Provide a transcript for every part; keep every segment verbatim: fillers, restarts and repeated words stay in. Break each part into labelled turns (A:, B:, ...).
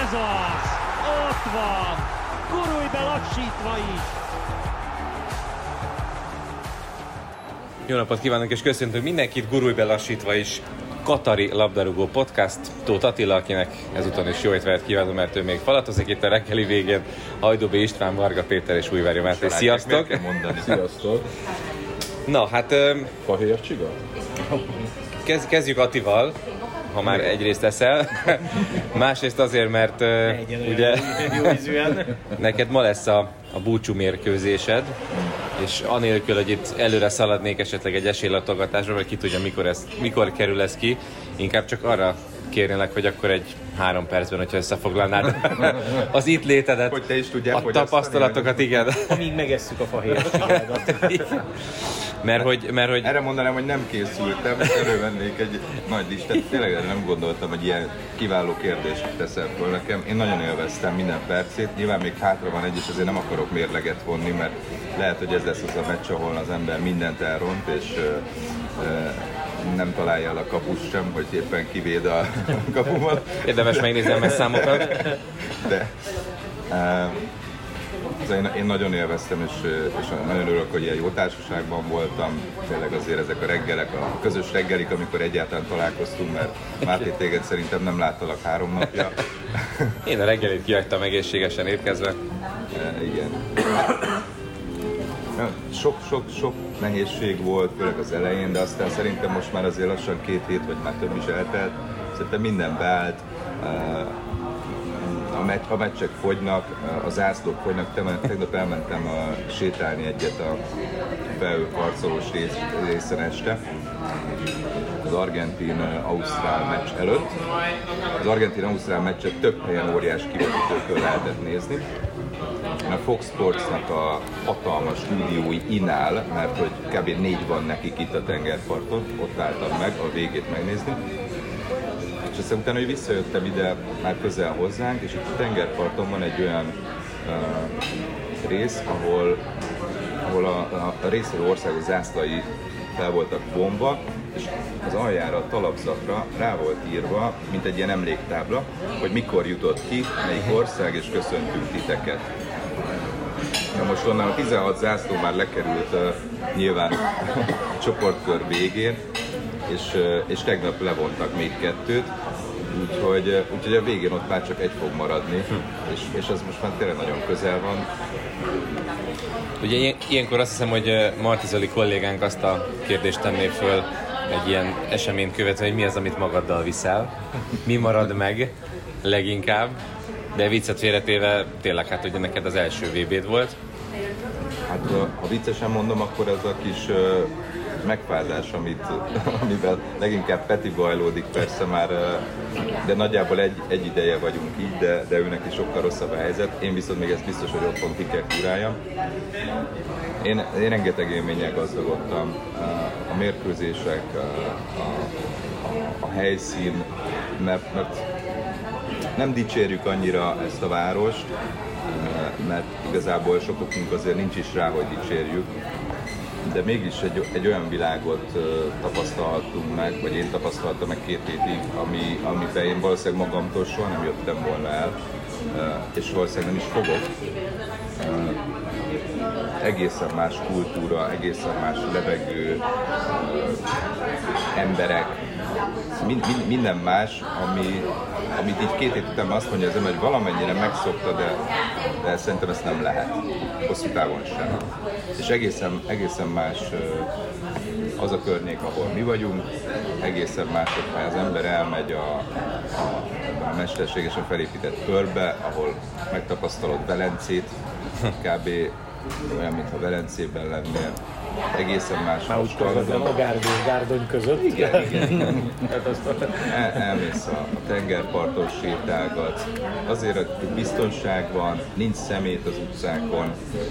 A: Ez az! Ott van! Gurulj be lassítva is!
B: Jó napot kívánok, és köszöntök mindenkit, Gurulj be lassítva is. Katari labdarúgó podcast, Tóth Attila, akinek ezúton is jó étvágyat kívánom, mert ő még falatozik itt a reggeli végén. Hajdú B. István, Varga Péter és Újvárja Máté. Sziasztok!
C: Sziasztok!
B: Na, hát...
C: Fahéjas csiga?
B: Kezd, kezdjük Attival, ha már egyrészt eszel. Másrészt azért, mert uh, ugye neked ma lesz a, a búcsú mérkőzésed, és anélkül, hogy itt előre szaladnék esetleg egy esélylatogatásra, vagy ki tudja, mikor, ez, mikor kerül ez ki, inkább csak arra kérnélek, hogy akkor egy három percben, hogyha összefoglalnád az itt létedet,
C: hogy te is tudják,
B: a tapasztalatokat, igen.
D: Amíg megesszük a fahéjas csigádat.
B: Mert hogy, mert hogy...
C: Erre mondanám, hogy nem készültem, elővennék egy nagy listát. Tényleg nem gondoltam, hogy ilyen kiváló kérdést teszel föl nekem. Én nagyon élveztem minden percét. Nyilván még hátra van egy, és azért nem akarok mérleget vonni, mert lehet, hogy ez lesz az a meccs, ahol az ember mindent elront, és uh, uh, nem találja el a kapus sem, hogy éppen kivéd a kapumat.
B: Érdemes megnézni a messzámokat.
C: De... Uh, Én, én nagyon élveztem, és, és nagyon örülök, hogy ilyen jó társaságban voltam. Tényleg azért ezek a reggelek, a közös reggelik, amikor egyáltalán találkoztunk, mert Máté, téged szerintem nem láttalak három napja.
B: Én a reggelit kihagytam egészségesen étkezve.
C: E, igen. Sok-sok-sok nehézség volt, főleg az elején, de aztán szerintem most már azért lassan két hét, vagy már több is eltelt. Szerintem minden beállt. A, meccs, a meccsek fogynak, a zászlók fogynak. Tegnap elmentem a, sétálni egyet a felhőkarcolós rész, részen este, az argentin-ausztrál meccs előtt. Az argentin-ausztrál meccset több helyen óriás kivetítőkön lehetett nézni. A Fox Sportsnak a hatalmas stúdióinál, mert hogy kb. négy van nekik itt a tengerparton, ott álltam meg a végét megnézni. És aztán utána, hogy visszajöttem ide már közel hozzánk, és itt a tengerparton van egy olyan uh, rész, ahol, ahol a, a, a résztvevő országos zászlai fel voltak bomba, és az aljára, a talapzatra rá volt írva, mint egy ilyen emléktábla, hogy mikor jutott ki, melyik ország, és köszöntünk titeket. Na most onnan a tizenhat zászló már lekerült uh, nyilván a csoportkör végén, és, uh, és tegnap levontak még kettőt, úgyhogy, úgyhogy a végén ott már csak egy fog maradni, és, és az most már tényleg nagyon közel van.
B: Ugye ilyenkor azt hiszem, hogy Marti Zoli kollégánk azt a kérdést tenné föl egy ilyen eseményt követve, hogy mi az, amit magaddal viszel, mi marad meg leginkább, de viccet félretéve tényleg hát ugye neked az első vé béd volt.
C: Hát ha viccesen mondom, akkor ez a kis uh, megfázás, amit, amivel leginkább Peti bajlódik persze már, uh, de nagyjából egy, egy ideje vagyunk így, de, de őnek is sokkal rosszabb a helyzet. Én viszont még ezt biztos, hogy otthon ki kell kuráljam. Én, én rengeteg élménnyel gazdagodtam. Uh, a mérkőzések, uh, a, a, a helyszín, mert, mert nem dicsérjük annyira ezt a várost, mert igazából sokakunk azért nincs is rá, hogy dicsérjük, de mégis egy, egy olyan világot tapasztalhattunk meg, vagy én tapasztaltam meg két hétig, ami, amiben én valószínűleg magamtól soha nem jöttem volna el, és valószínűleg nem is fogok. Egészen más kultúra, egészen más levegő, emberek, mind, mind, minden más, ami, amit így két hét után azt mondja az ember, hogy valamennyire megszokta, de, de szerintem ezt nem lehet, hosszú távon sem. És egészen, egészen más az a környék, ahol mi vagyunk, egészen más, hogyha az ember elmegy a, a, a mesterségesen felépített körbe, ahol megtapasztalod Velencét, kb. Olyan, mintha Velencében lennél. Egészen más.
D: Már úgy közben a Gárdony, Gárdony között.
C: Igen, igen, igen. El, elmész a, a tengerparton, sétálgatsz. Azért, hogy biztonság van, nincs szemét az utcákon.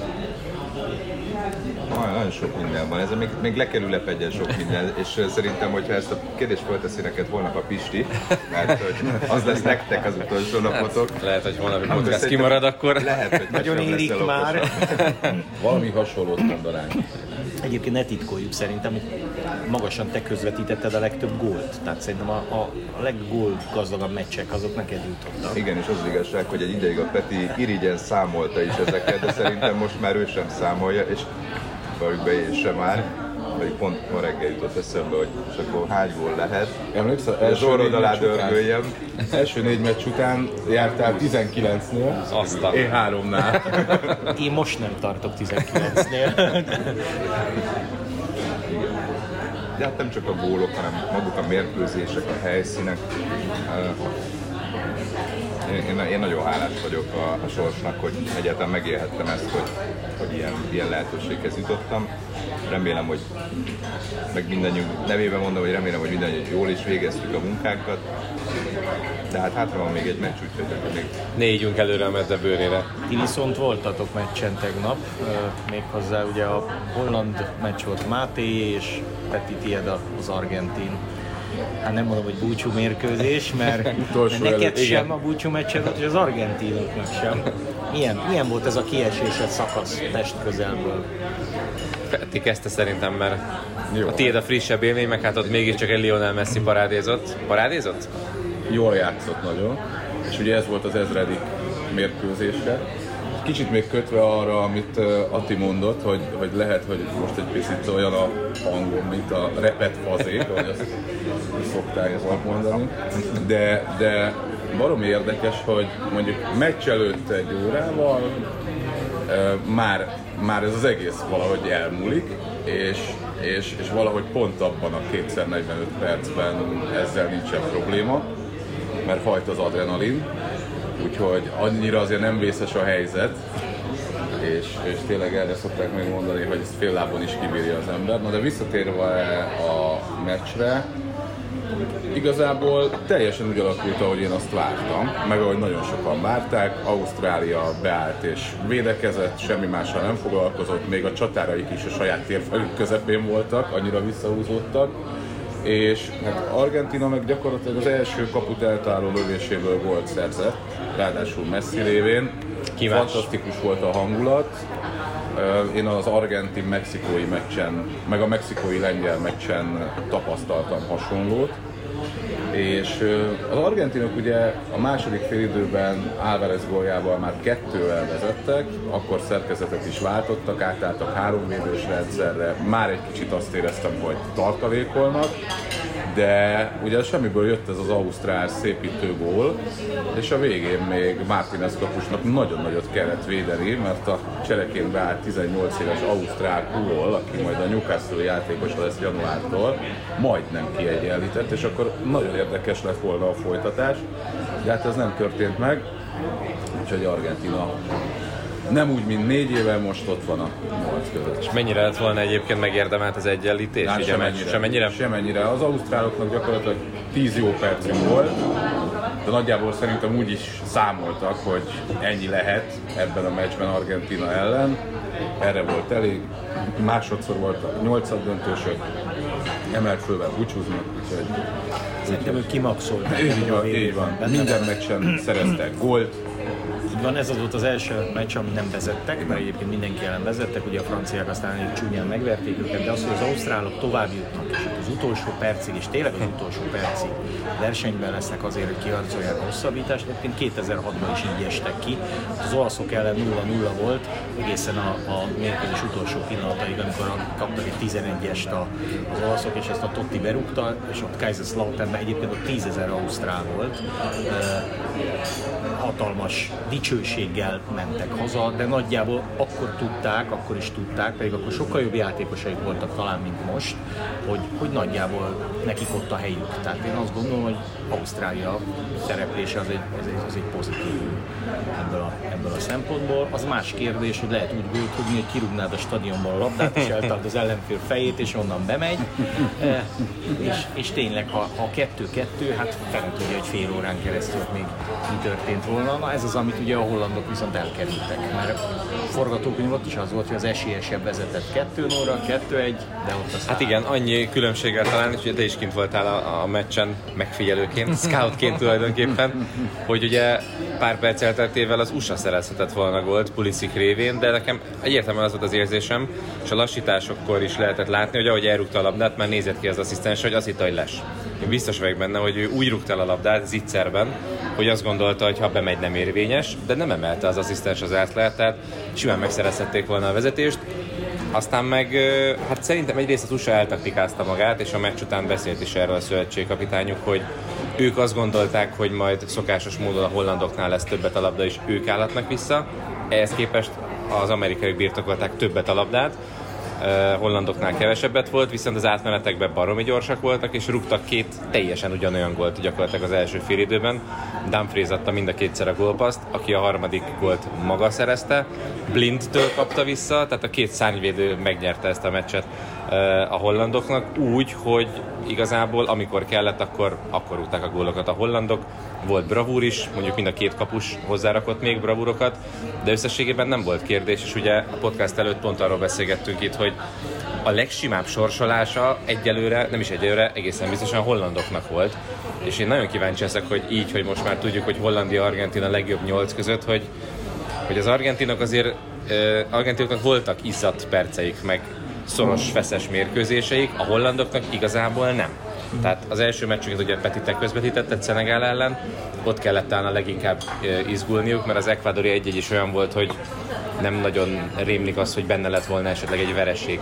C: Nagyon sok minden van, ez még, még le kell ülepedjen sok minden, és szerintem, hogyha ezt a kérdést fölteszi neked holnap a Pisti, mert hogy az lesz nektek az utolsó napotok.
B: Hát, lehet, hogy holnapi podcast kimarad akkor.
C: Lehet, hogy
D: nagyon érik már.
C: valami hasonlót mondanánk.
D: Egyébként ne titkoljuk, szerintem, hogy magasan te közvetítetted a legtöbb gólt. Tehát szerintem a, a, a leggól gazdagabb meccsek azok neked jutottak.
C: Igen, és az, az igazság, hogy egy ideig a Peti irigyen számolta is ezeket, de szerintem most már ő sem számolja, és valljuk be én sem már. Pedig pont ma reggel jutott eszembe, hogy és akkor hány gól lehet.
E: Emlékszel,
C: az orrod alá dörgöljem.
E: Első négy meccs után jártál tizenkilencnél,
B: Aztán.
E: én háromnál.
D: Én most nem tartok tizenkilencnél.
C: De hát nem csak a gólok, hanem maguk a mérkőzések, a helyszínek. Én, én nagyon hálás vagyok a, a sorsnak, hogy egyáltalán megélhettem ezt, hogy, hogy ilyen, ilyen lehetőséghez jutottam. Remélem, hogy meg mindannyiunk nevében mondom, hogy remélem, hogy mindannyian jól is végeztük a munkánkat. De hát hátra van még egy meccs, úgyhogy még...
B: Ne ígyunk előre a medve bőrére.
D: Ti viszont voltatok meccsen tegnap, méghozzá ugye a holland meccs volt Máté és Peti, tiéd az argentin. Hát nem mondom, hogy búcsú mérkőzés, mert, mert neked előtt, sem igen. A búcsú meccsed volt, és az argentinoknak sem. Milyen, milyen volt ez a kiesésed szakasz test közelből?
B: Peti kezdte szerintem, mert
E: jó.
B: A tiéd a frissebb élmény, meg hát ott mégiscsak egy Lionel Messi parádézott. Parádézott?
E: Jól játszott nagyon, és ugye ez volt az ezredik mérkőzésre. Kicsit még kötve arra, amit Ati mondott, hogy, hogy lehet, hogy most egy picit olyan a hangom, mint a repet fazék, ahogy azt szokták mondani. De, de baromi érdekes, hogy mondjuk meccs előtt egy órával e, már, már ez az egész valahogy elmúlik, és, és, és valahogy pont abban a kétszáznegyvenöt percben ezzel nincsen probléma, mert hajt az adrenalin. Úgyhogy annyira azért nem vészes a helyzet, és, és tényleg erre szokták még mondani, hogy ezt fél lábon is kibírja az ember. Na de visszatérve a meccsre, igazából teljesen úgy alakult, ahogy én azt vártam, meg ahogy nagyon sokan várták. Ausztrália beállt és védekezett, semmi mással nem foglalkozott, még a csatáraik is a saját térfelük közepén voltak, annyira visszahúzódtak. És hát Argentina meg gyakorlatilag az első kaput eltaláló lövéséből gólt szerzett, ráadásul Messi révén.
B: Kívás.
E: Fantasztikus volt a hangulat. Én az argentin-mexikói meccsen, meg a mexikói-lengyel meccsen tapasztaltam hasonlót. És az argentinok ugye a második félidőben Álvarez góljával már kettővel vezettek, akkor szerkezetet is váltottak, átálltak háromvédős rendszerre, már egy kicsit azt éreztem, hogy tartalékolnak, de ugye semmiből jött ez az ausztrál szépítő gól, és a végén még Martínez kapusnak nagyon nagyot kellett védeni, mert a csereként beállt tizennyolc éves ausztrál Puyol, aki majd a Newcastle játékosa lesz januártól, majdnem kiegyenlített, és akkor nagyon érdekes lett volna a folytatás, de hát ez nem történt meg, úgyhogy Argentina nem úgy, mint négy éve, most ott van a nyolc között.
B: És mennyire lett volna egyébként megérdemelt az egyenlítés?
E: Hát semennyire.
B: Semennyire?
E: Semennyire. Az ausztráloknak gyakorlatilag tíz jó percig volt, de nagyjából szerintem úgy is számoltak, hogy ennyi lehet ebben a meccsben Argentina ellen. Erre volt elég. Másodszor voltak nyolcad döntősök, emelt fölvel búcsúznak, úgyhogy...
D: Szerintem ők kimaxolták.
E: Így van, így van. Minden meccsen szereztek gólt.
D: Így van, ez az volt az első meccs, ami nem vezettek, mert egyébként mindenki ellen vezettek, ugye a franciák aztán elég csúnyán megverték őket, de az, hogy az ausztrálok tovább jutnak, és az utolsó percig, és tényleg az utolsó percig versenyben lesznek azért, hogy kiharcolják a hosszabbítást, egyébként kétezer-hatban is így estek ki. Az olaszok ellen nulla nulla volt, egészen a, a mérkőzés utolsó pillanataig, amikor kaptak egy tizenegyest az olaszok, és ezt a Totti berúgta, és ott Kaiserslauternben egyébként ott tízezer ausztrál volt. Hatalmas dicsőséggel mentek haza, de nagyjából akkor tudták, akkor is tudták, pedig akkor sokkal jobb játékosaik voltak talán, mint most, hogy, hogy nagyjából nekik ott a helyük. Tehát én azt gondolom, hogy Ausztrália szereplése az egy, az egy, az egy pozitív ebből a, ebből a szempontból. Az más kérdés, hogy lehet úgy gólt húzni, hogy kirúgnád a stadionban a labdát, és eltart az ellenfél fejét, és onnan bemegy. E, és, és tényleg, ha, ha kettő-kettő, hát fene tudja, hogy fél órán keresztül még mi történt volna. Na ez az, amit ugye a hollandok viszont elkerültek, mert forgatókönyv ott is az volt, hogy az esélyesebb vezetett kettő nulla, kettő egy, de ott aztán...
B: Hát igen, annyi különbséggel talán, és te is kint voltál a, a meccsen megfigyelőként, scoutként tulajdonképpen. tulajdonképpen, hogy ugye pár perc elteltével az u es á szerezhetett volna gólt Pulisic révén, de nekem egyértelműen az volt az érzésem, és a lassításokkor is lehetett látni, hogy ahogy elrúgta a labdát, már nézett ki az asszisztens, hogy azt hitte, hogy les. Én biztos vagyok benne, hogy ő úgy rúgta el a labdát zicserben, hogy azt gondolta, hogy ha bemegy, nem érvényes, de nem emelte az asszisztens az átlet, tehát simán megszerezhették volna a vezetést. Aztán meg, hát szerintem egyrészt az u es á eltaktikázta magát, és a meccs után beszélt is erről a szövetségkapitányuk, hogy ők azt gondolták, hogy majd szokásos módon a hollandoknál lesz többet a labda, és ők állhatnak vissza. Ehhez képest az amerikaiak birtokolták többet a labdát, hollandoknál kevesebbet volt, viszont az átmenetekben baromi gyorsak voltak, és rúgtak két teljesen ugyanolyan gólt gyakorlatilag az első félidőben. Dumfries adta mind a kétszer a gólpaszt, aki a harmadik gólt maga szerezte, Blindtől kapta vissza, tehát a két szárnyvédő megnyerte ezt a meccset a hollandoknak úgy, hogy igazából amikor kellett, akkor, akkor rúgták a gólokat a hollandok. Volt bravúr is, mondjuk mind a két kapus hozzárakott még bravúrokat, de összességében nem volt kérdés, és ugye a podcast előtt pont arról beszélgettünk itt, hogy a legsimább sorsolása egyelőre, nem is egyelőre, egészen biztosan a hollandoknak volt, és én nagyon kíváncsi leszek, hogy így, hogy most már tudjuk, hogy Hollandia-Argentína a legjobb nyolc között, hogy, hogy az argentinok azért, uh, argentinoknak voltak izzadt perceik, meg szoros, feszes mérkőzéseik, a hollandoknak igazából nem. Tehát az első meccsüket ugye Petitek közvetítettet Szenegál ellen, ott kellett talán a leginkább izgulniuk, mert az ekvádori egy-egy is olyan volt, hogy nem nagyon rémlik az, hogy benne lett volna esetleg egy vereség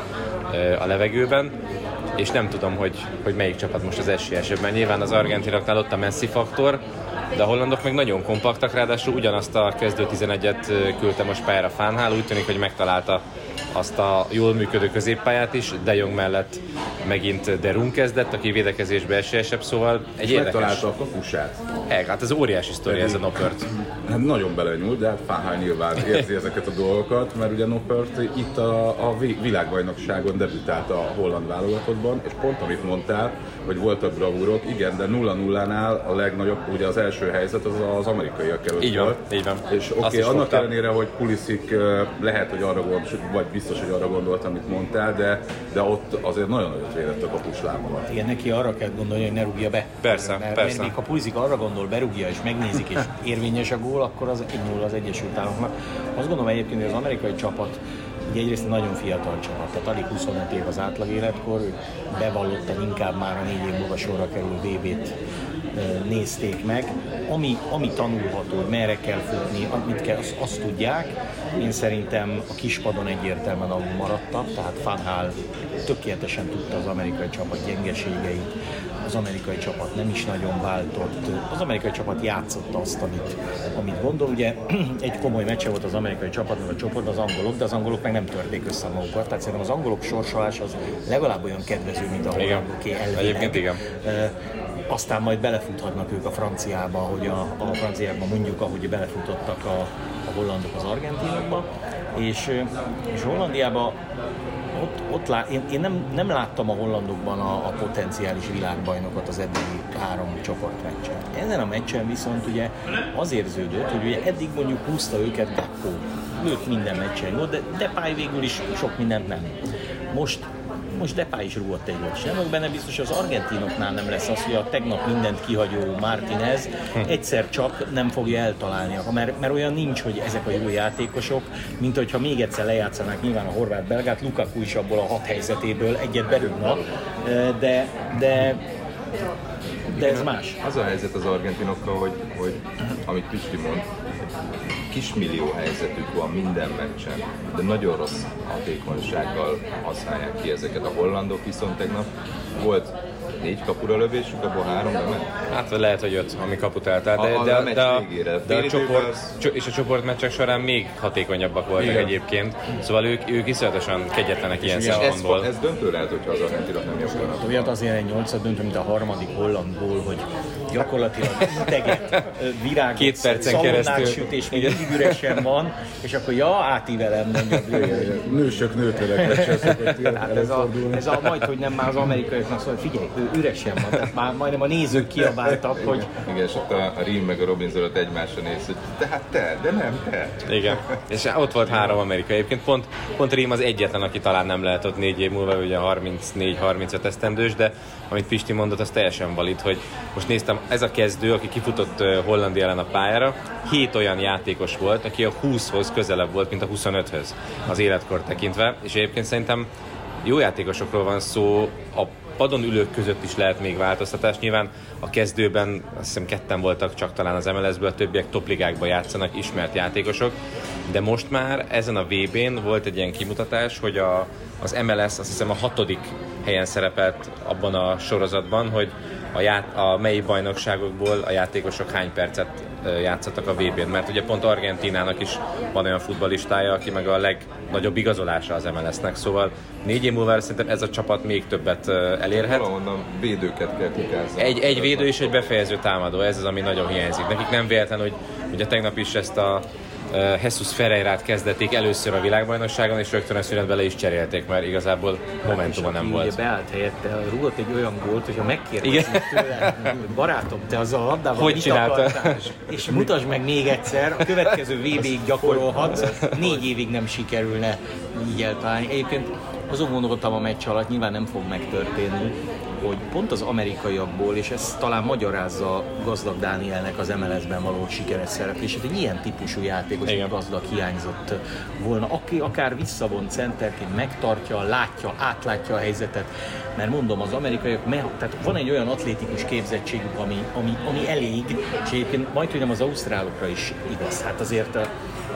B: a levegőben, és nem tudom, hogy, hogy melyik csapat most az esélyesebb, mert nyilván az argentinoknál ott a Messi faktor, de a hollandok meg nagyon kompaktak, ráadásul ugyanazt a kezdő tizenegyet küldte most pályára Fánhál, úgy tűnik, hogy megtalálta azt a jól működő középpályát is, De Jong mellett megint De Roon kezdett, aki védekezésbe esélyesebb, szóval egy
E: és
B: érdekes...
E: megtalálta a kapusát.
B: E, hát ez óriási sztori, ez a Noppert.
E: Hát nagyon belenyúlt, de hát Fánhál nyilván érzi ezeket a dolgokat, mert ugye Noppert itt a, a világbajnokságon debütált a holland válogatottban, és pont amit mondtál, hogy voltak bravúrok, igen, de nulla nullánál a legnagyobb, ugye az első helyzet az az amerikaiak előtt
B: így van,
E: volt.
B: Így van.
E: És oké, okay, annak fogtam. Ellenére, hogy Pulisic lehet, hogy arra gondolt, vagy biztos, hogy arra gondolt, amit mondtál, de, de ott azért nagyon nagyot védett a kapuslábamat.
D: Igen, neki arra kell gondolni, hogy ne rúgja be.
B: Persze,
D: mert,
B: persze.
D: Mert még ha Pulisic arra gondol, berúgja és megnézik, és érvényes a gól, akkor az egy nulla az Egyesült Államoknak. Azt gondolom egyébként, hogy az amerikai csapat ugye egyrészt nagyon fiatal csapat, tehát alig huszonöt év az átlag életkor, ők bevallottan inkább már a négy év múlva sorra kerül vé bét nézték meg. Ami, ami tanulható, hogy merre kell futni, amit kell, azt, azt tudják. Én szerintem a kispadon egyértelműen alul maradtak, tehát Fánhál tökéletesen tudta az amerikai csapat gyengeségeit, az amerikai csapat nem is nagyon váltott, az amerikai csapat játszott azt, amit, amit gondol. Ugye egy komoly meccse volt az amerikai csapatnak a csoportban, az angolok, de az angolok meg nem törték össze magukat, tehát szerintem az angolok sorsolás az legalább olyan kedvező, mint a hollandoké elvileg.
B: Egyébként igen.
D: Aztán majd belefuthatnak ők a franciába, ahogy a, a franciákban mondjuk, ahogy belefutottak a, a hollandok az argentinokba, és, és Hollandiában ott, ott lá, én, én nem, nem láttam a hollandokban a, a potenciális világbajnokot az eddigi három csoportmeccsen. Ezen a meccsen viszont ugye az érződött, hogy ugye eddig mondjuk húzta őket Gakpo, lőtt minden meccsen volt, de Depay végül is sok mindent nem. Most Most Depay is rúgott egy gólt, és nem vagyok benne biztos, hogy az argentinoknál nem lesz az, hogy a tegnap mindent kihagyó Martinez egyszer csak nem fogja eltalálni, mert, mert olyan nincs, hogy ezek a jó játékosok, mint hogyha még egyszer lejátszanák nyilván a horvát-belgát, Lukaku is abból a hat helyzetéből egyet berúgna, de, de, de ez más.
C: Az a helyzet az argentinokkal, hogy, hogy amit Pisti mond, kismillió helyzetük van minden meccsen, de nagyon rossz hatékonysággal használják ki ezeket. A hollandok viszont tegnap volt négy kapura lövésük, abból három bement?
B: Hát lehet, hogy öt, ami kaput eltált, de,
C: a,
B: de,
C: a,
B: de, de, a, de a csoport,
C: az...
B: és a csoportmeccsek során még hatékonyabbak voltak igen. Egyébként. Szóval ők, ők iszonyatosan kegyetlenek ilyen szempontból.
C: Ez, ez döntő lehet, hogyha az argentinok nem jobb.
D: Olyat azért egy nyolcad döntő, mint a harmadik holland gól, hogy gyakorlatilag integet, virágot,
B: két percen keresztül
D: süt, és még mindig üresen van, és akkor ja, átívelem, mondja.
E: Nősök nőtőleg
D: Tehát ez a, ez a majd, hogy nem már az amerikaiaknak szól, figyelj, ő üresen van, tehát már majdnem a nézők kiabáltak, hogy...
C: Igen, és ott a Reem meg a Robinson ott egymásra néz, hogy tehát te, de nem te.
B: Igen, és ott volt három amerikai. Egyébként pont, pont Reem az egyetlen, aki talán nem lehet ott négy év múlva, ugye harmincnégy harmincöt esztendős, de amit Pisti mondott, az teljesen valid, hogy most néztem, ez a kezdő, aki kifutott Hollandia ellen a pályára, hét olyan játékos volt, aki a húszhoz közelebb volt, mint a huszonöthöz az életkor tekintve, és egyébként szerintem jó játékosokról van szó, a padon ülők között is lehet még változtatás. Nyilván a kezdőben azt hiszem ketten voltak csak talán az em el es-ből, a többiek topligákban játszanak, ismert játékosok, de most már ezen a vé bén volt egy ilyen kimutatás, hogy a, az em el es azt hiszem a hatodik helyen szerepelt abban a sorozatban, hogy a, ját, a mely bajnokságokból a játékosok hány percet játszottak a vé bén, mert ugye pont Argentínának is van olyan futballistája, aki meg a legnagyobb igazolása az em el es-nek, szóval négy év múlva szerintem ez a csapat még többet elérhet.
C: Valahonnan védőket kell kukázni.
B: Egy, egy védő és egy befejező támadó, ez az, ami nagyon hiányzik. Nekik nem véletlen, hogy ugye tegnap is ezt a uh, Jesus Ferreirát kezdették először a világbajnokságon, és rögtön a szünetbe le is cserélték, mert igazából momentuma nem volt.
D: Ugye beállt helyette, rúgott egy olyan gólt, hogyha megkérdezik tőle, barátom, te azzal a labdával
B: hogy
D: mit
B: csinálta?
D: akartál? És mutasd meg még egyszer, a következő vé béig gyakorolhatsz, négy évig nem sikerülne így eltalálni. Egyébként azon gondoltam a meccs alatt, nyilván nem fog megtörténni, hogy pont az amerikaiakból, és ez talán magyarázza Gazdag Dánielnek az em el es-ben való sikeres szereplését, egy ilyen típusú játékos, hogy Gazdag hiányzott volna, aki akár visszavont centerként megtartja, látja, átlátja a helyzetet, mert mondom, az amerikaiak, tehát van egy olyan atlétikus képzettségük, ami, ami, ami elég, és egyébként majd, hogy nem az ausztrálokra is igaz. Hát azért a,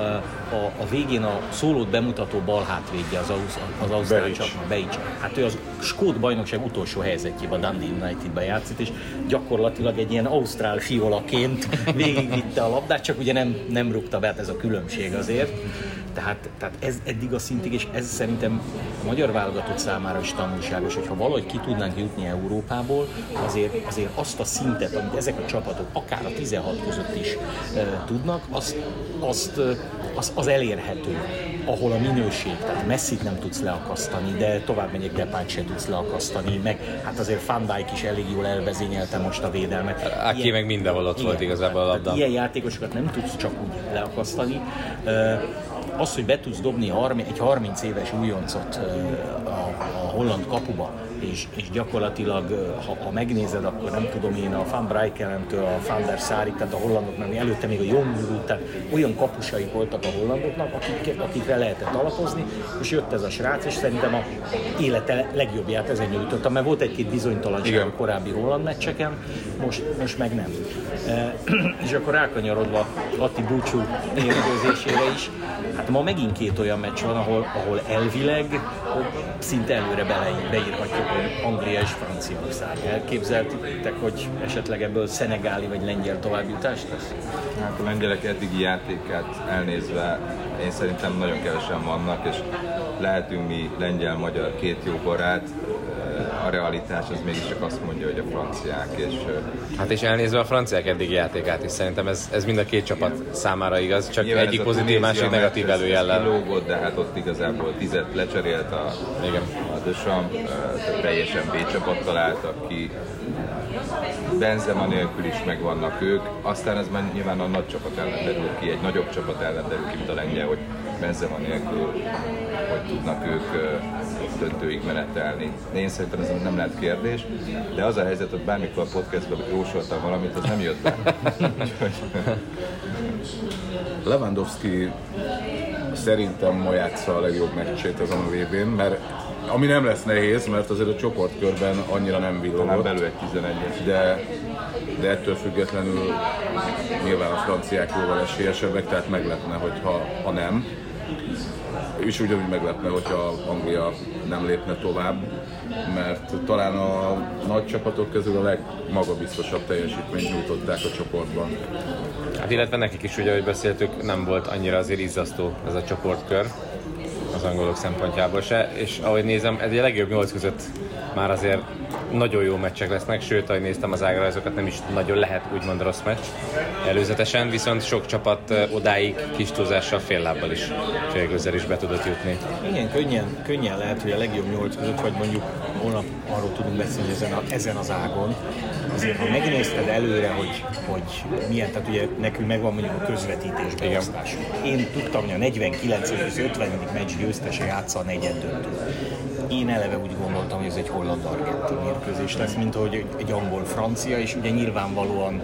D: a, a végén a szólót bemutató bal hátvédje az, az, az ausztrál csapatnak, Beics. Hát ő az skót bajnokság utolsó helyzetjében a Dundee Unitedben játszott, és gyakorlatilag egy ilyen ausztrál fiolaként végigvitte a labdát, csak ugye nem, nem rúgta be, hát ez a különbség azért. Tehát, tehát ez eddig a szintig, és ez szerintem a magyar válogatott számára is tanulságos, hogyha valahogy ki tudnánk jutni Európából, azért, azért azt a szintet, amit ezek a csapatok akár a tizenhat között is e, tudnak, azt, azt, az, az elérhető, ahol a minőség, tehát Messit nem tudsz leakasztani, de tovább megyek, Depayt se tudsz leakasztani, meg hát azért Van Dijk is elég jól elvezényelte most a védelmet.
B: Aki ilyen, meg mindenhol ott igen, volt igazából a labda.
D: Ilyen játékosokat nem tudsz csak úgy leakasztani. Az, hogy be tudsz dobni egy harminc éves újoncot a, a holland kapuba, és, és gyakorlatilag, ha, ha megnézed, akkor nem tudom én, a Van Breukelen-től a Van der Sarig, tehát a hollandoknak, előtte még a Jongbloed, tehát olyan kapusai voltak a hollandoknak, akik, akikre lehetett alapozni, és jött ez a srác, és szerintem a élete legjobbját ezen nyújtotta, mert volt egy-két bizonytalanság a korábbi holland meccseken, most, most meg nem. E, és akkor rákanyarodva Atti búcsú mérkőzésére is, hát ma megint két olyan meccs van, ahol, ahol elvileg szinte előre beírhatjuk, hogy Anglia és Franciaország. Elképzeltétek, hogy esetleg ebből szenegáli vagy lengyel továbbjutást lesz?
C: Hát a lengyelek eddigi játékát elnézve én szerintem nagyon kevesen vannak, és lehetünk mi lengyel-magyar két jó barát, a realitás az mégiscsak azt mondja, hogy a franciák. És,
B: hát és elnézve a franciák eddigi játékát is, szerintem ez, ez mind a két csapat számára igaz, csak egyik pozitív, másik negatív előjellel.
C: Kilógott, de hát ott igazából tizet lecserélt a, a Deschamps, teljesen B csapattal álltak ki. Benzema nélkül is megvannak ők, aztán ez már nyilván a nagy csapat ellen derül ki, egy nagyobb csapat ellen derül ki, mint a lengyel, hogy Benzema nélkül hogy tudnak ők döntőig menetelni. Én szerintem ez nem lehet kérdés, de az a helyzet, hogy bármikor a podcastban jósoltam valamit, az nem jött be.
E: Lewandowski szerintem ma játsza a legjobb meccsét azon a vé bén, mert ami nem lesz nehéz, mert azért a csoportkörben annyira nem villogott.
C: Talán belül egy tizenegyes.
E: De, de ettől függetlenül nyilván a franciák jóval esélyesebbek, tehát meglepne, hogyha ha nem. És ugyanúgy meglepne, hogyha Anglia nem lépne tovább, mert talán a nagy csapatok közül a legmagabiztosabb teljesítményt nyújtották a csoportban.
B: Hát illetve nekik is, ugye, ahogy beszéltük, nem volt annyira azért izzasztó ez a csoportkör az angolok szempontjából se, és ahogy nézem, ez a legjobb nyolc között már azért nagyon jó meccsek lesznek, sőt, ahogy néztem az ágrajzokat, nem is nagyon lehet úgymond rossz meccs előzetesen, viszont sok csapat odáig kis túlzással fél lábbal is, félgőzzel is be tudott jutni.
D: Igen, könnyen, könnyen lehet, hogy a legjobb nyolc között, vagy mondjuk holnap arról tudunk beszélni ezen, a, ezen az ágon. Azért, ha megnézted előre, hogy, hogy milyen, tehát ugye nekünk megvan mondjuk a közvetítés beosztás. Én tudtam, hogy a negyvenkilencedik és ötvenedik meccs győztese játsza a negyeddöntő. én eleve úgy gondoltam, hogy ez egy holland-argentin mérkőzés lesz, mint ahogy egy angol-francia, és ugye nyilvánvalóan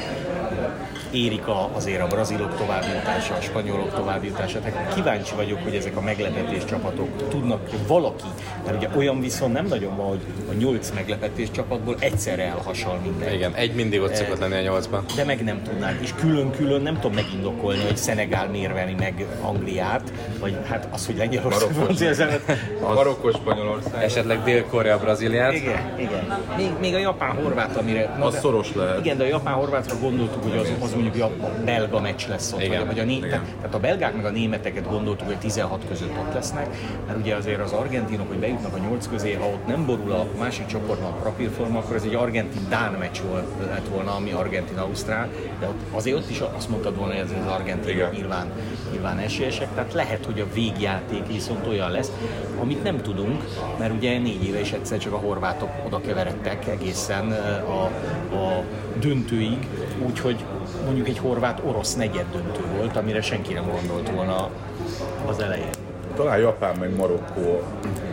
D: érik a, azért a brazilok továbbjutása, a spanyolok továbbjutása. Tehát kíváncsi vagyok, hogy ezek a meglepetés csapatok tudnak valaki, mert ugye olyan viszont nem nagyon van, hogy a nyolc meglepetés csapatból egyszerre elhasal minden.
B: Igen, egy mindig ott szokott lenni a nyolcban.
D: De meg nem tudnánk, és külön-külön nem tudom megindokolni, hogy Szenegál mérveni meg Angliát, vagy hát az, hogy Lengyelország francia szemet.
C: Marokkó, Spanyolország.
B: Esetleg Dél-Korea, Brazíliát.
D: Igen, igen. Még, még a japán-horvát, amire...
E: Az szoros lehet.
D: Igen, de a japán-horvátra gondoltuk, hogy az, az mondjuk a belga meccs lesz ott,
B: Igen.
D: vagy a né- tehát, tehát a belgák meg a németeket gondoltuk, hogy tizenhat között ott lesznek, mert ugye azért az argentinok, hogy bejutnak a nyolc közé, ha ott nem borul a másik csoportban a papírforma, akkor ez egy argentin-dán meccs volt, lett volna, ami argentin-ausztrál, de ott, azért ott is azt mondtad volna, hogy ez az argentinok nyilván, nyilván esélyesek, tehát lehet, hogy a végjáték viszont olyan lesz, amit nem tudunk, mert ugye négy éve is egyszer csak a horvátok oda keveredtek egészen a, a döntőig, úgyhogy mondjuk egy horvát-orosz negyed döntő volt, amire senki nem gondolt volna az elején.
E: Talán Japán meg Marokkó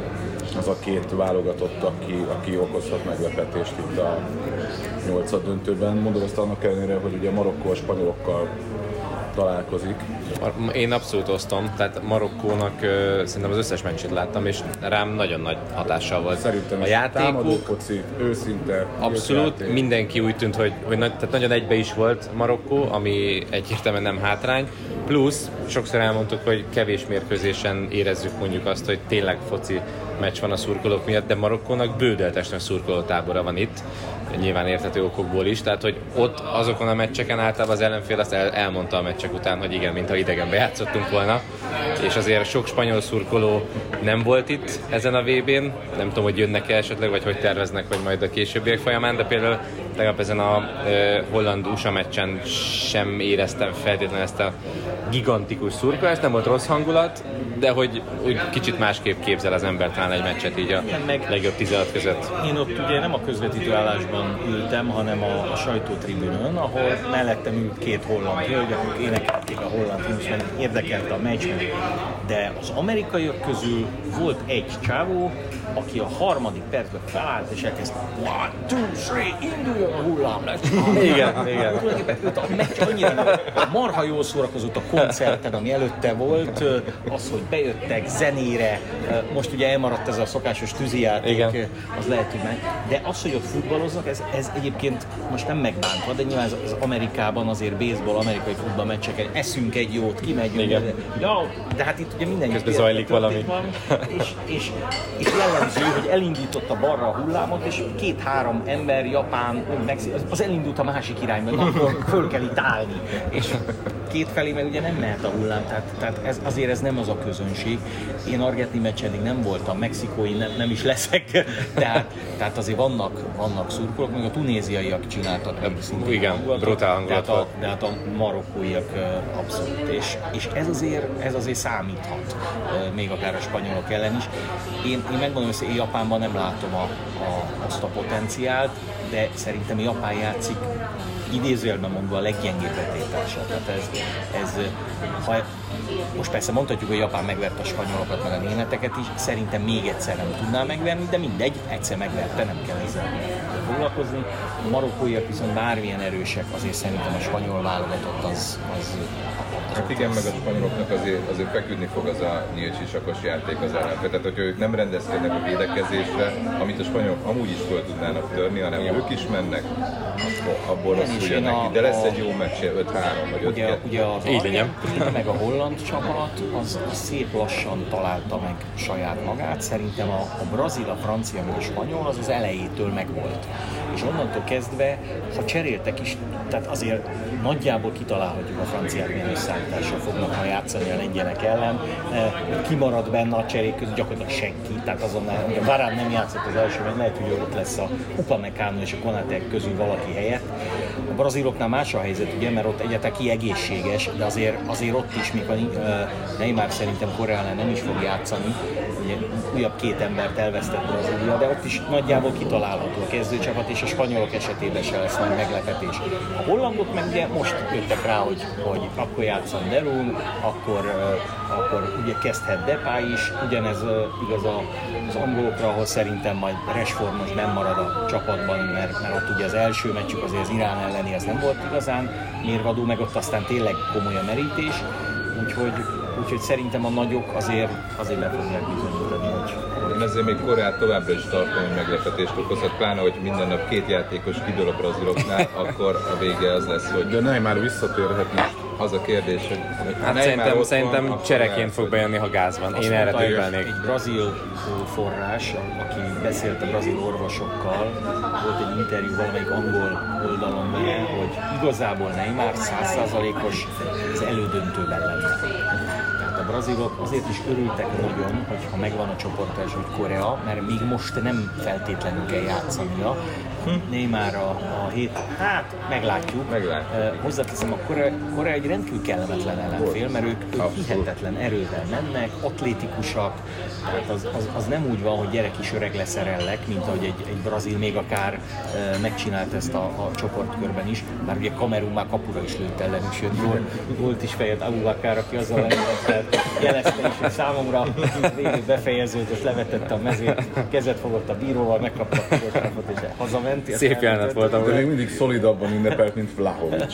E: az a két válogatott, aki, aki okozhat meglepetést itt a nyolcad döntőben. Mondom azt annak ellenére, hogy ugye Marokkó a spanyolokkal találkozik.
B: Én abszolút osztom, tehát Marokkónak uh, szerintem az összes meccsét láttam, és rám nagyon nagy hatással volt.
E: Szerintem
B: a
E: támadó
B: játékuk,
E: foci, őszinte,
B: abszolút,
E: játék.
B: mindenki úgy tűnt, hogy, hogy nagy, tehát nagyon egybe is volt Marokkó, ami egyértelműen nem hátrány, plusz sokszor elmondtuk, hogy kevés mérkőzésen érezzük mondjuk azt, hogy tényleg foci meccs van a szurkolók miatt, de Marokkónak bődöltes nagy szurkolótábora van itt, nyilván érthető okokból is, tehát hogy ott azokon a meccseken általában az ellenfél azt el, elmondta a meccsek után, hogy igen, mintha idegenbe játszottunk volna, és azért sok spanyol szurkoló nem volt itt ezen a vé bén, nem tudom, hogy jönnek-e esetleg, vagy hogy terveznek, vagy majd a későbbiek folyamán, de például tegnap ezen a e, holland-u es á meccsen sem éreztem feltétlenül ezt a gigantikus szurkolást, nem volt rossz hangulat, de hogy úgy kicsit másképp képzel az ember talán egy meccset így a meg legjobb tizenhat között.
D: Én ott ugye nem a közvetítő állásban ültem, hanem a, a sajtótribünön, ahol mellettem ült két holland hölgy, akik énekelték a holland himnuszt, mert érdekelte a meccs, de az amerikaiak közül volt egy csávó, aki a harmadik percben felállt és elkezdte one, two, three, induljon a hullám le.
B: Igen, igen.
D: Tulajdonképpen a meccs annyira marha jól szórakozott a koncerten, ami előtte volt, az, hogy bejöttek zenére, most ugye elmaradt ez a szokásos tűzijáték, igen. Az lehet, hogy meg. De az, hogy ott futballoznak, ez, ez egyébként most nem megbántva, de nyilván az Amerikában azért baseball, amerikai futballmeccseken eszünk egy jót, kimegyünk. De, ja, de hát itt ugye minden
B: közben zajlik valami.
D: valami. És, és, és jellemző, hogy elindította balra a hullámot, és két-három ember, Japán, Mexikó, az elindult a másik irányba, na, akkor föl kell itt állni. És kétfelé meg ugye nem mehet a hullám, tehát, tehát ez, azért ez nem az a közönség. Én argentin meccsen nem voltam, mexikói nem, nem is leszek, tehát, tehát azért vannak, vannak szurkolók, meg a tunéziaiak csináltak még szintén.
B: Igen,
D: hangulatot,
B: brutál hangulat
D: de, de hát a marokkóiak abszolút, és, és ez, azért, ez azért számíthat, még akár a spanyolok ellen is. Én, én megmondom, hogy Japánban nem látom a, a, azt a potenciált, de szerintem Japán játszik idézőjelben mondva a leggyengébb betétársa. Tehát ez, ez, ha, most persze mondhatjuk, hogy Japán megverte a spanyolokat, meg a németeket is, szerintem még egyszer nem tudná megverni, de mindegy, egyszer megverte, nem kell ezzel foglalkozni. A marokkóiak viszont bármilyen erősek, azért szerintem a spanyol válogatott az, az
C: Hát igen, meg a spanyoloknak azért, azért feküdni fog az a nyílt sisakos játék az ellenfél. Tehát, hogyha ők nem rendezkednek a védekezésre, amit a spanyolok amúgy is föl tudnának törni, hanem igen. ők is mennek, akkor abból rosszul neki. De lesz egy jó meccs, öt három vagy öt kettő.
D: Ugye, ugye az argentin, meg a holland csapat, az, az szép lassan találta meg saját magát. Szerintem a, a brazil, a francia, meg a spanyol az az elejétől megvolt. És onnantól kezdve, ha cseréltek is, tehát azért nagyjából kitalálhatjuk a franciák milyen összeállítással fognak ma játszani a lengyelek ellen. Kimarad benne a cserék között gyakorlatilag senki, tehát azonnal, ugye Varane nem játszott az első, mert lehet, hogy ott lesz a Upamecano és a Konaté közül valaki helyett. A braziloknál más a helyzet, ugye, mert ott egyáltalán ki egészséges, de azért, azért ott is, mikor Neymar szerintem Korea ellen nem is fog játszani, ugye újabb két embert elvesztett Brazília, de ott is nagyjából kitalálható a kezdőcsapat, és a spanyolok esetében se lesz nagy meglepetés. A hollandok meg ugye most jöttek rá, hogy, hogy akkor játszan Delum, akkor, akkor ugye kezdhet Depay is, ugyanez igaz az angolokra, ahol szerintem majd Rashford most nem marad a csapatban, mert, mert ott ugye az első meccsük azért az Irán elleni az nem volt igazán mérvadó, meg ott aztán tényleg komoly a merítés, úgyhogy, úgyhogy szerintem a nagyok azért, azért le fogják bizonyítani, hogy...
C: Én ezért még Koreát továbbra is tartom, hogy meglepetést okozhat, pláne, hogy minden nap két játékos kidől a braziloknál, akkor a vége az lesz, hogy...
E: De Neymar visszatérhet most.
C: Az a kérdés, hogy...
B: Hát szerintem, szerintem csereként fog bejönni, ha gáz van. Én erre tőkelnék.
D: Egy brazil forrás, aki beszélt a brazil orvosokkal, volt egy interjú valamelyik angol oldalon vele, hogy igazából Neymar száz százalékos az elődöntőben lenne. Tehát a brazilok azért is örültek nagyon, hogyha megvan a csoportás, hogy Korea, mert még most nem feltétlenül kell játszania. Neymar a, a hét, hát meglátjuk.
C: meglátjuk.
D: Uh, hozzáteszem, a Korea, Korea egy rendkívül kellemetlen ellenfél, mert ők, ők hihetetlen erővel mennek, atlétikusak, tehát az, az, az nem úgy van, hogy gyerek is öreg leszerellek, mint ahogy egy, egy brazil még akár uh, megcsinált ezt a, a csoportkörben is, már ugye Kamerun már kapura is lőtt ellenük, sőt volt is fejet Abubakar, aki azzal lenni, jelezte is, hogy számomra végül befejeződött, levetette a mezét, kezet fogott a bíróval, megkapta a fotógrafot és hazament.
B: Szép jelenet volt amúgy.
E: De még mindig szolidabban ünnepelt, mint Vlahovic.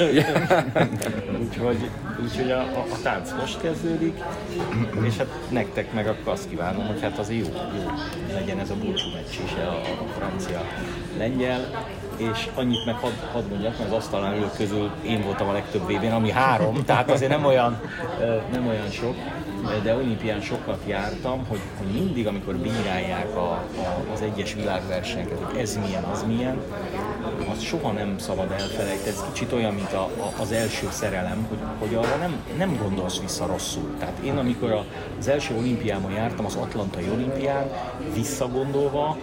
D: Úgyhogy, úgyhogy a, a, a tánc most kezdődik, és hát nektek meg akkor azt kívánom, hogy hát az jó, jó legyen ez a búcsú meccs is, a, a francia lengyel, és annyit meg hadd had mondjak, mert az asztalán ülők közül én voltam a legtöbb vé bén, ami három, tehát azért nem olyan, nem olyan sok, de olimpián sokat jártam, hogy, hogy mindig, amikor bírálják a, a, az egyes világversenyeket, hogy ez milyen, az milyen, az soha nem szabad elfelejteni. Ez kicsit olyan, mint a, a, az első szerelem, hogy, hogy arra nem, nem gondolsz vissza rosszul. Tehát én, amikor az első olimpiámon jártam, az Atlantai olimpián, visszagondolva,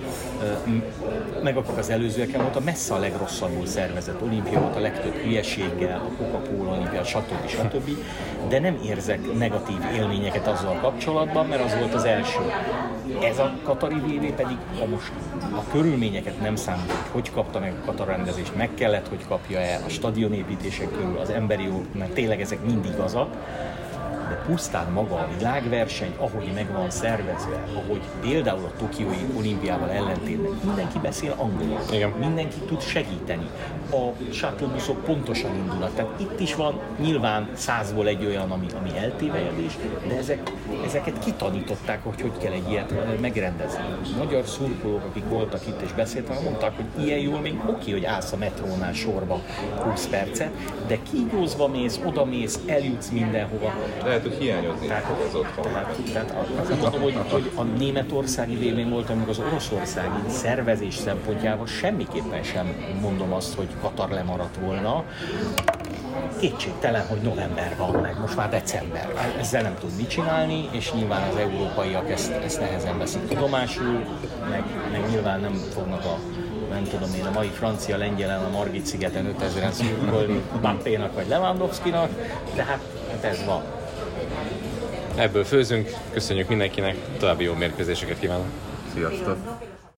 D: meg akkor az előzőeken volt a messze a legrosszabbul szervezett olimpia, volt a legtöbb hülyeséggel, a Coca-Cola olimpia, stb. stb. De nem érzek negatív élményeket azzal kapcsolatban, mert az volt az első. Ez a katari vé bé pedig, ha most a körülményeket nem számít, hogy hogy kapta meg a Katar rendezést, meg kellett, hogy kapja el a stadionépítések körül, az emberi jogok, mert tényleg ezek mind igazak, de pusztán maga a világverseny, ahogy meg van szervezve, ahogy például a tokiói olimpiával ellentétben mindenki beszél angolul,
B: igen.
D: Mindenki tud segíteni. A shuttle-buszok pontosan indulnak, tehát itt is van nyilván százból egy olyan, ami, ami eltévejedés, de ezek, ezeket kitanították, hogy hogy kell egy ilyet megrendezni. Magyar szurkolók, akik voltak itt és beszéltek, mondták, hogy ilyen jól még oké, hogy állsz a metrónál sorba húsz percet, de kígyózva mész, oda mész, eljutsz mindenhova.
C: Lehet, hogy hiányozni
D: tehát,
C: fog az otthon.
D: Tehát, tehát azért mondom, hogy, hogy a németországi vé bén volt, amikor az oroszországi szervezés szempontjából semmiképpen sem mondom azt, hogy Katar lemaradt volna. Kétségtelen, hogy november van meg, most már december. Ezzel nem tud mit csinálni, és nyilván az európaiak ezt, ezt nehezen veszik tudomásul, meg, meg nyilván nem fognak a nem tudom én, a mai francia lengyelen a Margit szigeten ötezren szurkolni Mbappénak vagy Lewandowskinak, de hát, hát ez van.
B: Ebből főzünk, köszönjük mindenkinek, további jó mérkőzéseket kívánok!
E: Sziasztok!